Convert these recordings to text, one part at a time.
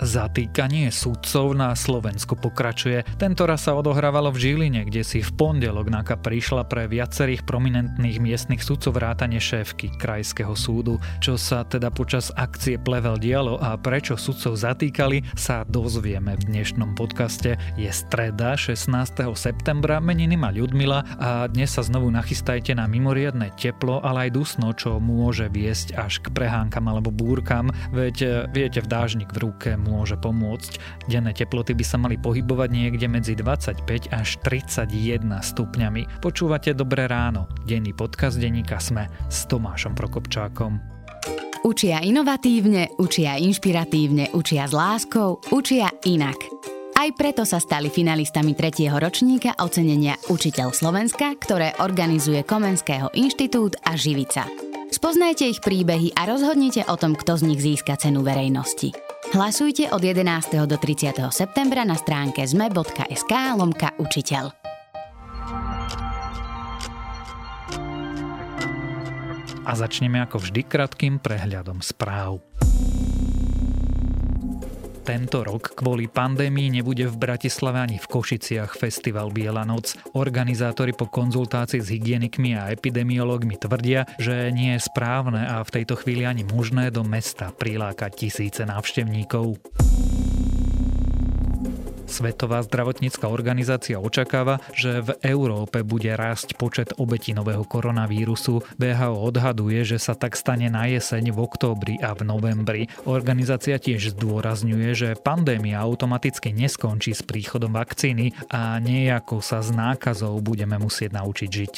Zatýkanie sudcov na Slovensku pokračuje. Tentoraz sa odohrávalo v Žiline, kde si v pondelok NAKA prišla pre viacerých prominentných miestnych sudcov vrátane šéfky krajského súdu. Čo sa teda počas akcie Plevel dialo a prečo sudcov zatýkali, sa dozvieme v dnešnom podcaste. Je streda 16. septembra, meniny má Ľudmila a dnes sa znovu nachystajte na mimoriadne teplo, ale aj dusno, čo môže viesť až k prehánkam alebo búrkam, veď viete, v dážnik v ruke môže pomôcť. Denné teploty by sa mali pohybovať niekde medzi 25 až 31 stupňami. Počúvate Dobré ráno. Denný podcast denníka SME s Tomášom Prokopčákom. Učia inovatívne, učia inšpiratívne, učia s láskou, učia inak. Aj preto sa stali finalistami 3. ročníka ocenenia Učiteľ Slovenska, ktoré organizuje Komenského inštitút a Živica. Spoznajte ich príbehy a rozhodnite o tom, kto z nich získa cenu verejnosti. Hlasujte od 11. do 30. septembra na stránke sme.sk/učiteľ. A začneme ako vždy krátkym prehľadom správ. Tento rok kvôli pandémii nebude v Bratislave ani v Košiciach festival Biela noc. Organizátori po konzultácii s hygienikmi a epidemiológmi tvrdia, že nie je správne a v tejto chvíli ani možné do mesta prilákať tisíce návštevníkov. Svetová zdravotnícka organizácia očakáva, že v Európe bude rásť počet obetí nového koronavírusu. WHO odhaduje, že sa tak stane na jeseň, v októbri a v novembri. Organizácia tiež zdôrazňuje, že pandémia automaticky neskončí s príchodom vakcíny a nejako sa s nákazou budeme musieť naučiť žiť.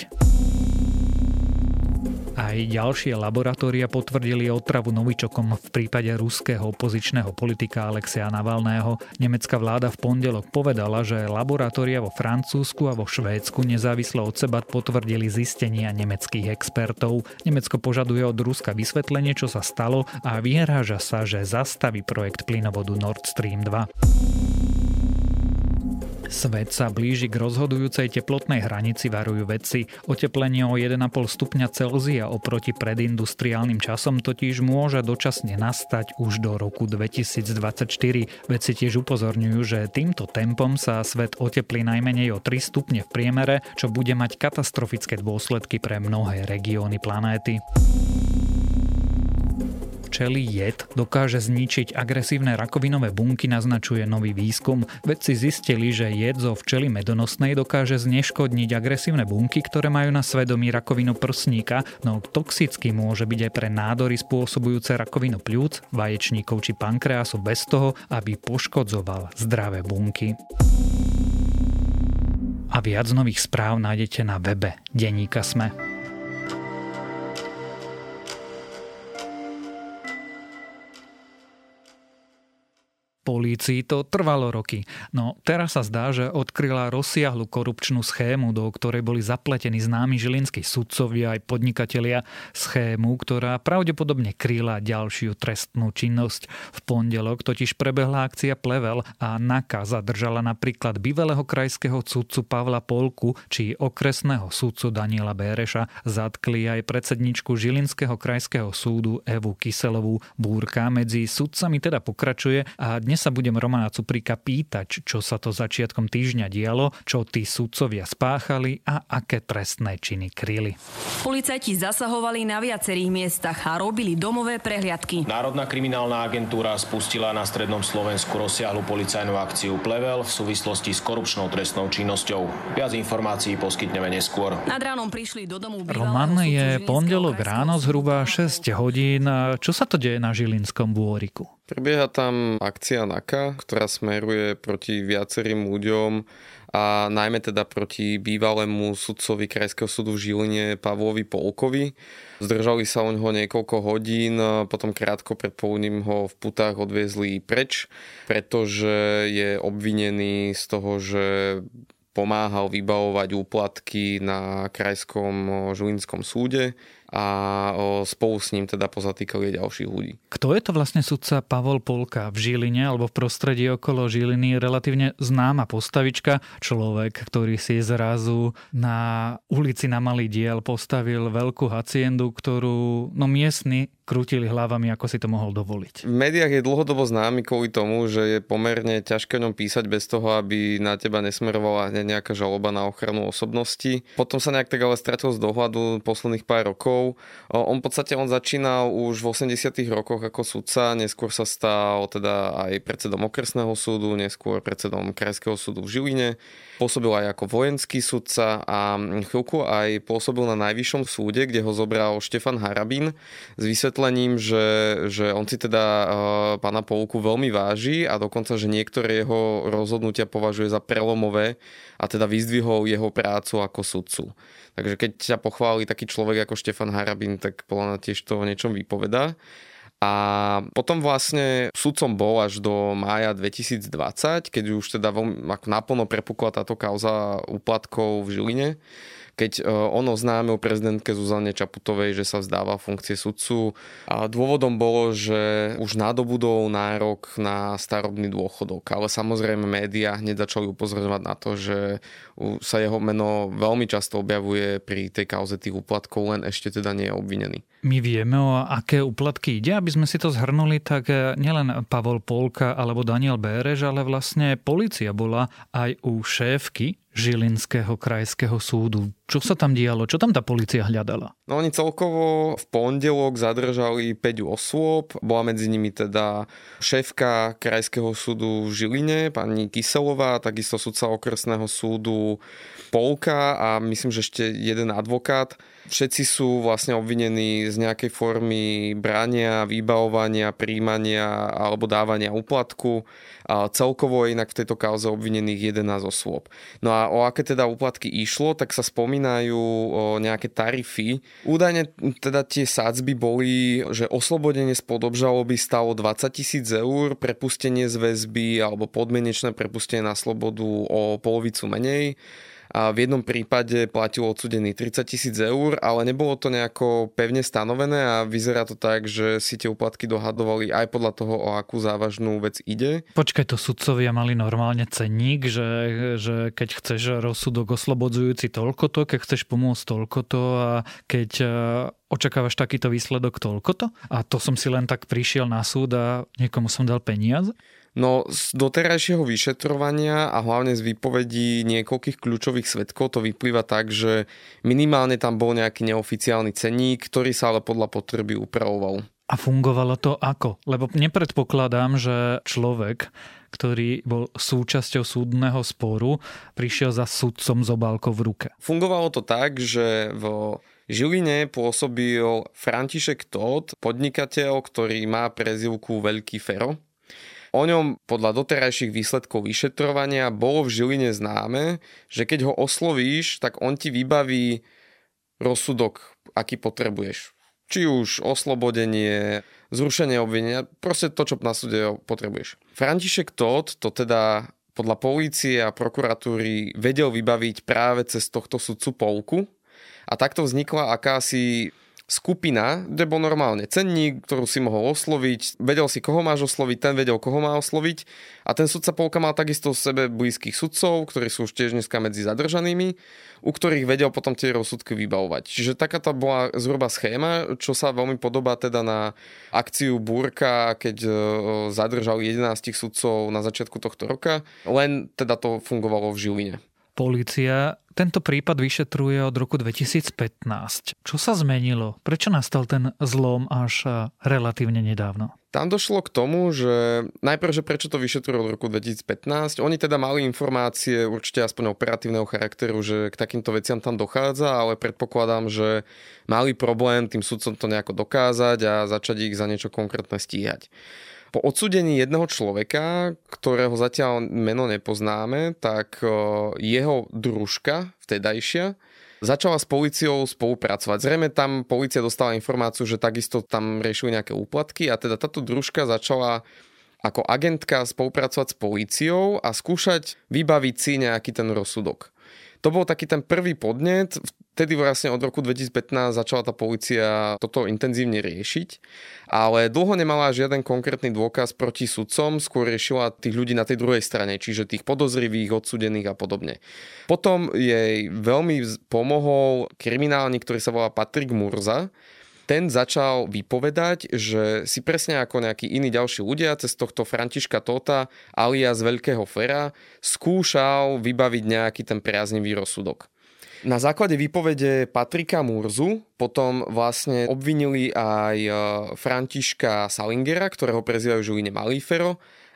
Aj ďalšie laboratória potvrdili otravu novičokom v prípade ruského opozičného politika Alexeja Navalného. Nemecká vláda v pondelok povedala, že laboratória vo Francúzsku a vo Švédsku nezávisle od seba potvrdili zistenia nemeckých expertov. Nemecko požaduje od Ruska vysvetlenie, čo sa stalo a vyhráža sa, že zastaví projekt plynovodu Nord Stream 2. Svet sa blíži k rozhodujúcej teplotnej hranici, varujú vedci. Oteplenie o 1,5 stupňa Celzia oproti predindustriálnym časom totiž môže dočasne nastať už do roku 2024. Vedci tiež upozorňujú, že týmto tempom sa svet oteplí najmenej o 3 stupne v priemere, čo bude mať katastrofické dôsledky pre mnohé regióny planéty. Včelí jed dokáže zničiť agresívne rakovinové bunky, naznačuje nový výskum. Vedci zistili, že jed zo včely medonosnej dokáže zneškodniť agresívne bunky, ktoré majú na svedomí rakovinu prsníka, no toxický môže byť aj pre nádory spôsobujúce rakovinu pľúc, vaječníkov či pankreasu bez toho, aby poškodzoval zdravé bunky. A viac nových správ nájdete na webe denníka SME. Polícii to trvalo roky, no teraz sa zdá, že odkryla rozsiahlu korupčnú schému, do ktorej boli zapletení známi žilinskí sudcovia aj podnikatelia. Schému, ktorá pravdepodobne kryla ďalšiu trestnú činnosť. V pondelok totiž prebehla akcia Plevel a NAKA zadržala napríklad bývalého krajského sudcu Pavla Polku či okresného sudcu Daniela Béreša. Zatkli aj predsedničku Žilinského krajského súdu Evu Kyselovú. Búrka medzi sudcami teda pokračuje a dnes sa budem Romana Cuprika pýtať, čo sa to začiatkom týždňa dialo, čo tí sudcovia spáchali a aké trestné činy kryli. Policajti zasahovali na viacerých miestach a robili domové prehliadky. Národná kriminálna agentúra spustila na strednom Slovensku rozsiahlu policajnú akciu Plevel v súvislosti s korupčnou trestnou činnosťou. Viac informácií poskytneme neskôr. Nad ránom prišli do domu Roman, je pondelok ráno zhruba 6 hodín. Čo sa to deje na Žilinskom bôriku? Prebieha tam akcia NAKA, ktorá smeruje proti viacerým ľuďom a najmä teda proti bývalému sudcovi Krajského súdu v Žiline Pavlovi Polkovi. Zdržali sa o ňoho niekoľko hodín, potom krátko pred poludním ho v putách odviezli preč, pretože je obvinený z toho, že pomáhal vybavovať úplatky na Krajskom žilinskom súde a spolu s ním teda pozatýkali ďalších ľudí. Kto je to vlastne sudca Pavol Polka? V Žiline alebo v prostredí okolo Žiliny relatívne známa postavička, človek, ktorý si zrazu na ulici na Malý Diel postavil veľkú haciendu, ktorú miestni krútili hlavami, ako si to mohol dovoliť. V médiách je dlhodobo známy kvôli tomu, že je pomerne ťažké o ňom písať bez toho, aby na teba nesmerovala nejaká žaloba na ochranu osobnosti. Potom sa nejak tak ale stratil z dohľadu posledných pár rokov. On začínal už v 80. rokoch ako sudca, neskôr sa stal teda aj predsedom okresného súdu, neskôr predsedom krajského súdu v Žiline. Pôsobil aj ako vojenský sudca a chvíľku aj pôsobil na najvyššom súde, kde ho zobral Štefan Harabín s vysvetlením, že on si teda pána Polku veľmi váži a dokonca, že niektoré jeho rozhodnutia považuje za prelomové a teda vyzdvihol jeho prácu ako sudcu. Takže keď ťa pochváli taký človek ako Štefan Harabín, tak podľa mňa tiež to o niečom vypovedá. A potom vlastne sudcom bol až do mája 2020, keď už teda ako naplno prepukla táto kauza úplatkov v Žiline, keď on oznámil prezidentke Zuzane Čaputovej, že sa vzdáva funkcie sudcu. A dôvodom bolo, že už nadobudol nárok na starobný dôchodok. Ale samozrejme médiá hneď začali upozorňovať na to, že sa jeho meno veľmi často objavuje pri tej kauze tých úplatkov, len ešte teda nie je obvinený. My vieme, o aké úplatky ide, aby sme si to zhrnuli, tak nielen Pavol Polka alebo Daniel Bérež, ale vlastne polícia bola aj u šéfky Žilinského krajského súdu. Čo sa tam dialo? Čo tam tá polícia hľadala? No oni celkovo v pondelok zadržali 5 osôb. Bola medzi nimi teda šéfka krajského súdu v Žiline, pani Kyselová, takisto sudca okresného súdu Polka a myslím, že ešte jeden advokát. Všetci sú vlastne obvinení z nejakej formy brania, vybavovania, príjmania alebo dávania úplatku. A celkovo je inak v tejto kauze obvinených 11 osôb. No a o aké teda úplatky išlo, tak sa spomínajú nejaké tarify. Údajne teda tie sadzby boli, že oslobodenie spod obžaloby stalo 20 000 eur, prepustenie z väzby alebo podmienečné prepustenie na slobodu o polovicu menej. A v jednom prípade platil odsúdený 30 000 eur, ale nebolo to nejako pevne stanovené a vyzerá to tak, že si tie úplatky dohadovali aj podľa toho, o akú závažnú vec ide. Počkaj, to sudcovia mali normálne cenník, že keď chceš rozsudok oslobodzujúci toľkoto, keď chceš pomôcť toľkoto a keď očakávaš takýto výsledok toľkoto? A to som si len tak prišiel na súd a niekomu som dal peniaze? No z doterajšieho vyšetrovania a hlavne z výpovedí niekoľkých kľúčových svedkov to vyplýva tak, že minimálne tam bol nejaký neoficiálny cenník, ktorý sa ale podľa potreby upravoval. A fungovalo to ako? Lebo nepredpokladám, že človek, ktorý bol súčasťou súdneho sporu, prišiel za sudcom s obálkou v ruke. Fungovalo to tak, že v Žiline pôsobil František Tóth, podnikateľ, ktorý má prezývku Veľký Fero. O ňom podľa doterajších výsledkov vyšetrovania bolo v Žiline známe, že keď ho oslovíš, tak on ti vybaví rozsudok, aký potrebuješ. Či už oslobodenie, zrušenie obvinenia, proste to, čo na súde potrebuješ. František Tóth to teda podľa polície a prokuratúry vedel vybaviť práve cez tohto sudcu Polku a takto vznikla akási skupina, kde bol normálne cenník, ktorú si mohol osloviť, vedel si, koho máš osloviť, ten vedel, koho má osloviť a ten sudca Polka mal takisto v sebe blízkych sudcov, ktorí sú už tiež dneska medzi zadržanými, u ktorých vedel potom tie rozsudky vybavovať. Čiže takáto bola zhruba schéma, čo sa veľmi podobá teda na akciu Búrka, keď zadržali 11 sudcov na začiatku tohto roka, len teda to fungovalo v Žiline. Polícia tento prípad vyšetruje od roku 2015. Čo sa zmenilo? Prečo nastal ten zlom až relatívne nedávno? Tam došlo k tomu, že najprv, že prečo to vyšetrujú od roku 2015. Oni teda mali informácie určite aspoň operatívneho charakteru, že k takýmto veciam tam dochádza, ale predpokladám, že mali problém tým sudcom to nejako dokázať a začať ich za niečo konkrétne stíhať. Po odsúdení jedného človeka, ktorého zatiaľ meno nepoznáme, tak jeho družka, vtedajšia, začala s políciou spolupracovať. Zrejme tam polícia dostala informáciu, že takisto tam riešili nejaké úplatky a teda táto družka začala ako agentka spolupracovať s políciou a skúšať vybaviť si nejaký ten rozsudok. To bol taký ten prvý podnet. Vtedy vlastne od roku 2015 začala tá polícia toto intenzívne riešiť, ale dlho nemala žiaden konkrétny dôkaz proti sudcom, skôr riešila tých ľudí na tej druhej strane, čiže tých podozrivých, odsúdených a podobne. Potom jej veľmi pomohol kriminálnik, ktorý sa volá Patrik Murza. Ten začal vypovedať, že si presne ako nejakí iní ďalší ľudia cez tohto Františka Tóta alias Veľkého Fera skúšal vybaviť nejaký ten priaznivý rozsudok. Na základe výpovede Patrika Murzu potom vlastne obvinili aj Františka Salingera, ktorého prezývajú v Žiline Malý Fero,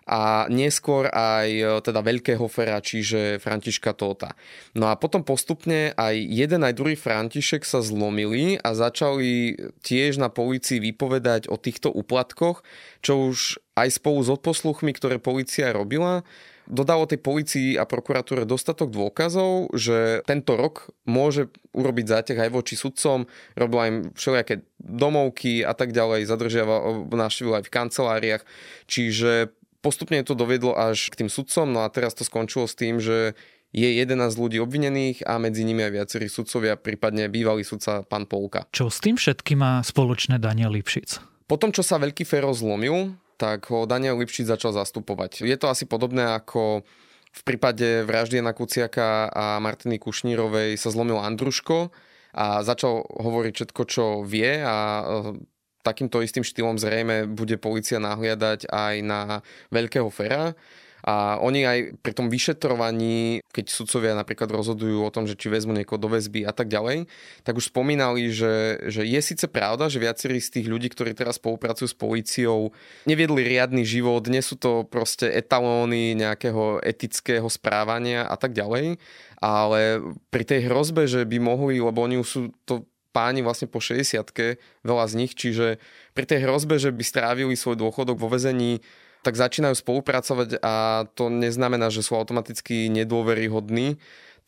a neskôr aj teda Veľkého Fera, čiže Františka Tóta. No a potom postupne aj jeden aj druhý František sa zlomili a začali tiež na polícii vypovedať o týchto úplatkoch, čo už aj spolu s odposluchmi, ktoré polícia robila, dodalo tej polícii a prokuratúre dostatok dôkazov, že tento rok môže urobiť záťah aj voči sudcom, robila im všelijaké domovky a tak ďalej, zadržiaval, navštívil aj v kanceláriách, čiže postupne to doviedlo až k tým sudcom, no a teraz to skončilo s tým, že je 11 ľudí obvinených a medzi nimi aj viacerí sudcovia, prípadne bývalý sudca pán Polka. Čo s tým všetkým má spoločné Daniel Lipšic? Po tom, čo sa Veľký Fero zlomil, tak ho Daniel Lipšic začal zastupovať. Je to asi podobné ako v prípade vraždy Jana Kuciaka a Martiny Kušnírovej sa zlomil Andruško a začal hovoriť všetko, čo vie, a takýmto istým štýlom zrejme bude polícia nahliadať aj na Veľkého Fera. A oni aj pri tom vyšetrovaní, keď sudcovia napríklad rozhodujú o tom, že či vezmu niekoho do väzby a tak ďalej, tak už spomínali, že je síce pravda, že viacerí z tých ľudí, ktorí teraz spolupracujú s políciou, neviedli riadny život, nie sú to proste etalóny nejakého etického správania a tak ďalej, ale pri tej hrozbe, že by mohli, lebo oni už sú to páni vlastne po 60-ke, veľa z nich, čiže pri tej hrozbe, že by strávili svoj dôchodok vo väzení, tak začínajú spolupracovať a to neznamená, že sú automaticky nedôveryhodní.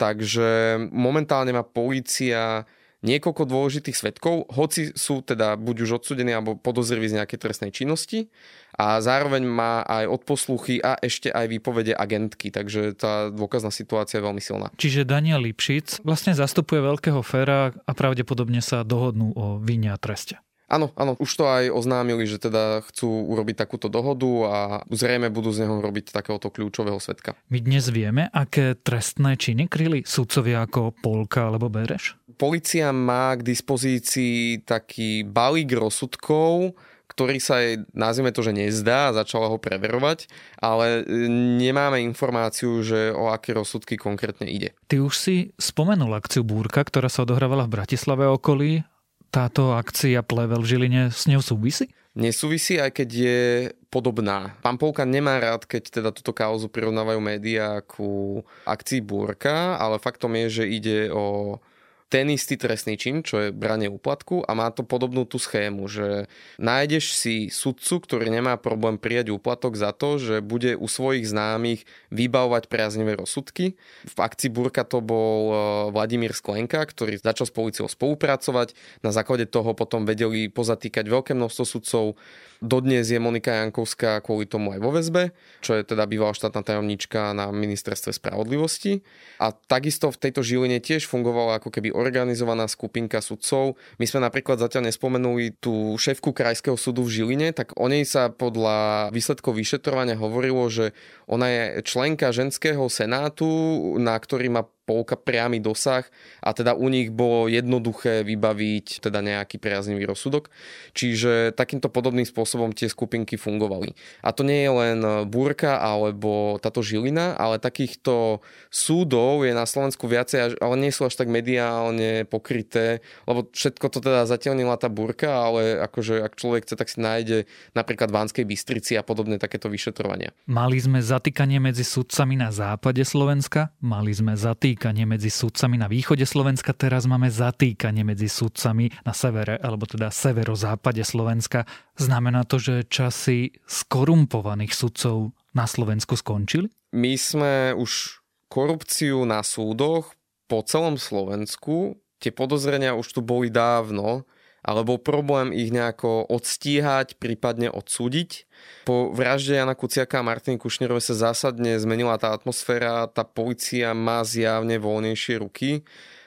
Takže momentálne má polícia niekoľko dôležitých svedkov, hoci sú teda buď už odsúdení alebo podozriví z nejakej trestnej činnosti, a zároveň má aj odposluchy a ešte aj výpovede agentky, takže tá dôkazná situácia je veľmi silná. Čiže Daniel Lipšic vlastne zastupuje Veľkého Fera a pravdepodobne sa dohodnú o vine a treste. Áno, už to aj oznámili, že teda chcú urobiť takúto dohodu a zrejme budú z neho robiť takéhoto kľúčového svedka. My dnes vieme, aké trestné činy kryli sudcovia ako Polka alebo Bereš? Polícia má k dispozícii taký balík rozsudkov, ktorý sa jej, nazvime to, že nezdá, a začala ho preverovať, ale nemáme informáciu, že o aké rozsudky konkrétne ide. Ty už si spomenul akciu Búrka, ktorá sa odohrávala v Bratislave okolí. Táto akcia Plevel v Žiline s ňou súvisí? Nesúvisí, aj keď je podobná. Pán Polka nemá rád, keď teda túto kauzu prirovnávajú médiá ku akcii Búrka, ale faktom je, že ide o ten istý trestný čin, čo je branie úplatku, a má to podobnú tú schému, že nájdeš si sudcu, ktorý nemá problém prijať úplatok za to, že bude u svojich známych vybavovať priaznivé rozsudky. V akcii Búrka to bol Vladimír Sklenka, ktorý začal s políciou spolupracovať. Na základe toho potom vedeli pozatýkať veľké množstvo sudcov. Dodnes je Monika Jankovská kvôli tomu aj vo väzbe, čo je teda bývalá štátna tajomníčka na ministerstve spravodlivosti. A takisto v tejto Žiline tiež fungovala ako keby organizovaná skupinka sudcov. My sme napríklad zatiaľ nespomenuli tú šéfku Krajského súdu v Žiline, tak o nej sa podľa výsledkov vyšetrovania hovorilo, že ona je členka ženského senátu, na ktorý má Polka priamy dosah, a teda u nich bolo jednoduché vybaviť teda nejaký priaznivý rozsudok. Čiže takýmto podobným spôsobom tie skupinky fungovali. A to nie je len Búrka alebo táto Žilina, ale takýchto súdov je na Slovensku viacej, ale nie sú až tak mediálne pokryté, lebo všetko to teda zatiaľnila tá Búrka, ale akože ak človek chce, tak si nájde napríklad v Banskej Bystrici a podobne takéto vyšetrovania. Mali sme zatýkanie medzi sudcami na západe Slovenska, mali sme zatýkanie medzi sudcami na východe Slovenska, teraz máme zatýkanie medzi sudcami na severe, alebo teda severozápade Slovenska. Znamená to, že časy skorumpovaných sudcov na Slovensku skončili? My sme už korupciu na súdoch po celom Slovensku, tie podozrenia už tu boli dávno, ale bol problém ich nejako odstíhať, prípadne odsúdiť. Po vražde Jana Kuciaka a Martiny Kušnírovej sa zásadne zmenila tá atmosféra, tá polícia má zjavne voľnejšie ruky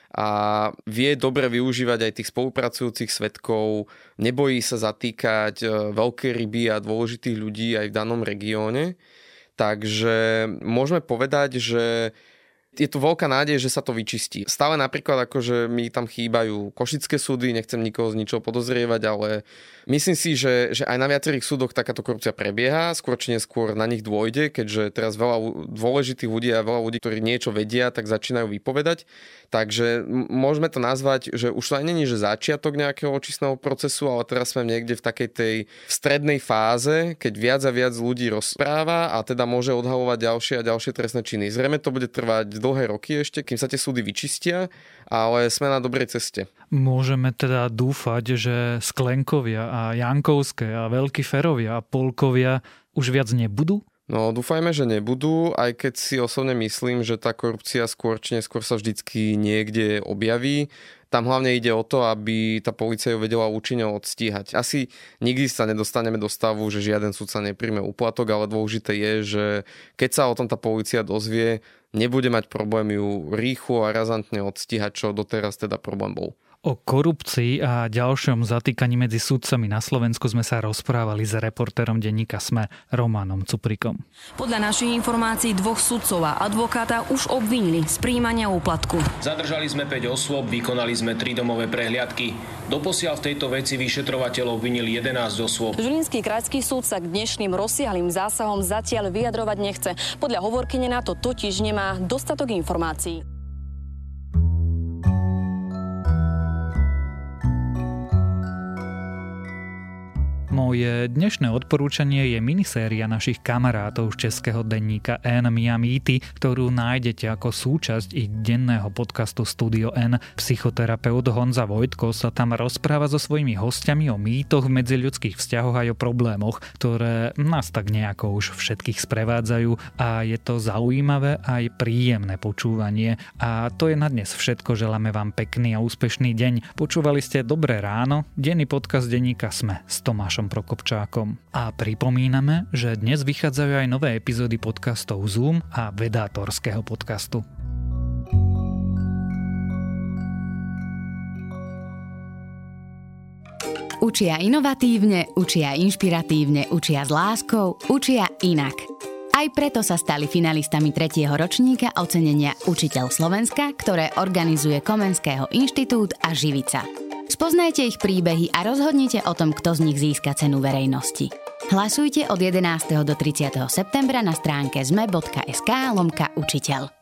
a vie dobre využívať aj tých spolupracujúcich svedkov, nebojí sa zatýkať veľké ryby a dôležitých ľudí aj v danom regióne. Takže môžeme povedať, že je tu veľká nádej, že sa to vyčistí. Stále napríklad akože mi tam chýbajú košické súdy, nechcem nikoho z ničoho podozrievať, ale myslím si, že aj na viacerých súdoch takáto korupcia prebieha, skôr či neskôr na nich dôjde, keďže teraz veľa dôležitých ľudí a veľa ľudí, ktorí niečo vedia, tak začínajú vypovedať. Takže môžeme to nazvať, že už to aj není, že začiatok nejakého očistného procesu, ale teraz sme niekde v takej tej strednej fáze, keď viac a viac ľudí rozpráva a teda môže odhalovať ďalšie a ďalšie trestné činy. Zrejme to bude trvať dlhé roky ešte, kým sa tie súdy vyčistia, ale sme na dobrej ceste. Môžeme teda dúfať, že Sklenkovia a Jankovské a Veľkí Ferovia a Polkovia už viac nebudú? No, dúfajme, že nebudú, aj keď si osobne myslím, že tá korupcia skôr či neskôr sa vždycky niekde objaví. Tam hlavne ide o to, aby tá polícia ju vedela účinne odstíhať. Asi nikdy sa nedostaneme do stavu, že žiaden sudca nepríjme úplatok, ale dôležité je, že keď sa o tom tá polícia dozvie, nebude mať problém ju rýchlo a razantne odstíhať, čo doteraz teda problém bol. O korupcii a ďalšom zatýkaní medzi sudcami na Slovensku sme sa rozprávali s reportérom denníka SME Romanom Cuprikom. Podľa našich informácií 2 sudcov a advokáta už obvinili z prijímania úplatku. Zadržali sme 5 osôb, vykonali sme 3 domové prehliadky. Doposiaľ v tejto veci vyšetrovateľ obvinil 11 osôb. Žilinský krajský súd sa k dnešným rozsiahlym zásahom zatiaľ vyjadrovať nechce. Podľa hovorkyne na to totiž nemá dostatok informácií. Moje dnešné odporúčanie je miniséria našich kamarátov z českého denníka N Mia mýty, ktorú nájdete ako súčasť ich denného podcastu Studio N. Psychoterapeut Honza Vojtko sa tam rozpráva so svojimi hostiami o mýtoch v medziľudských vzťahoch aj o problémoch, ktoré nás tak nejako už všetkých sprevádzajú a je to zaujímavé aj príjemné počúvanie. A to je na dnes všetko, želáme vám pekný a úspešný deň. Počúvali ste Dobré ráno, denný podcast denníka SME s Tomášom Prokopčákom. A pripomíname, že dnes vychádzajú aj nové epizódy podcastov Zoom a Vedátorského podcastu. Učia inovatívne, učia inšpiratívne, učia s láskou, učia inak. Aj preto sa stali finalistami 3. ročníka ocenenia Učiteľ Slovenska, ktoré organizuje Komenského inštitút a Živica. Spoznajte ich príbehy a rozhodnite o tom, kto z nich získa cenu verejnosti. Hlasujte od 11. do 30. septembra na stránke zme.sk/učiteľ.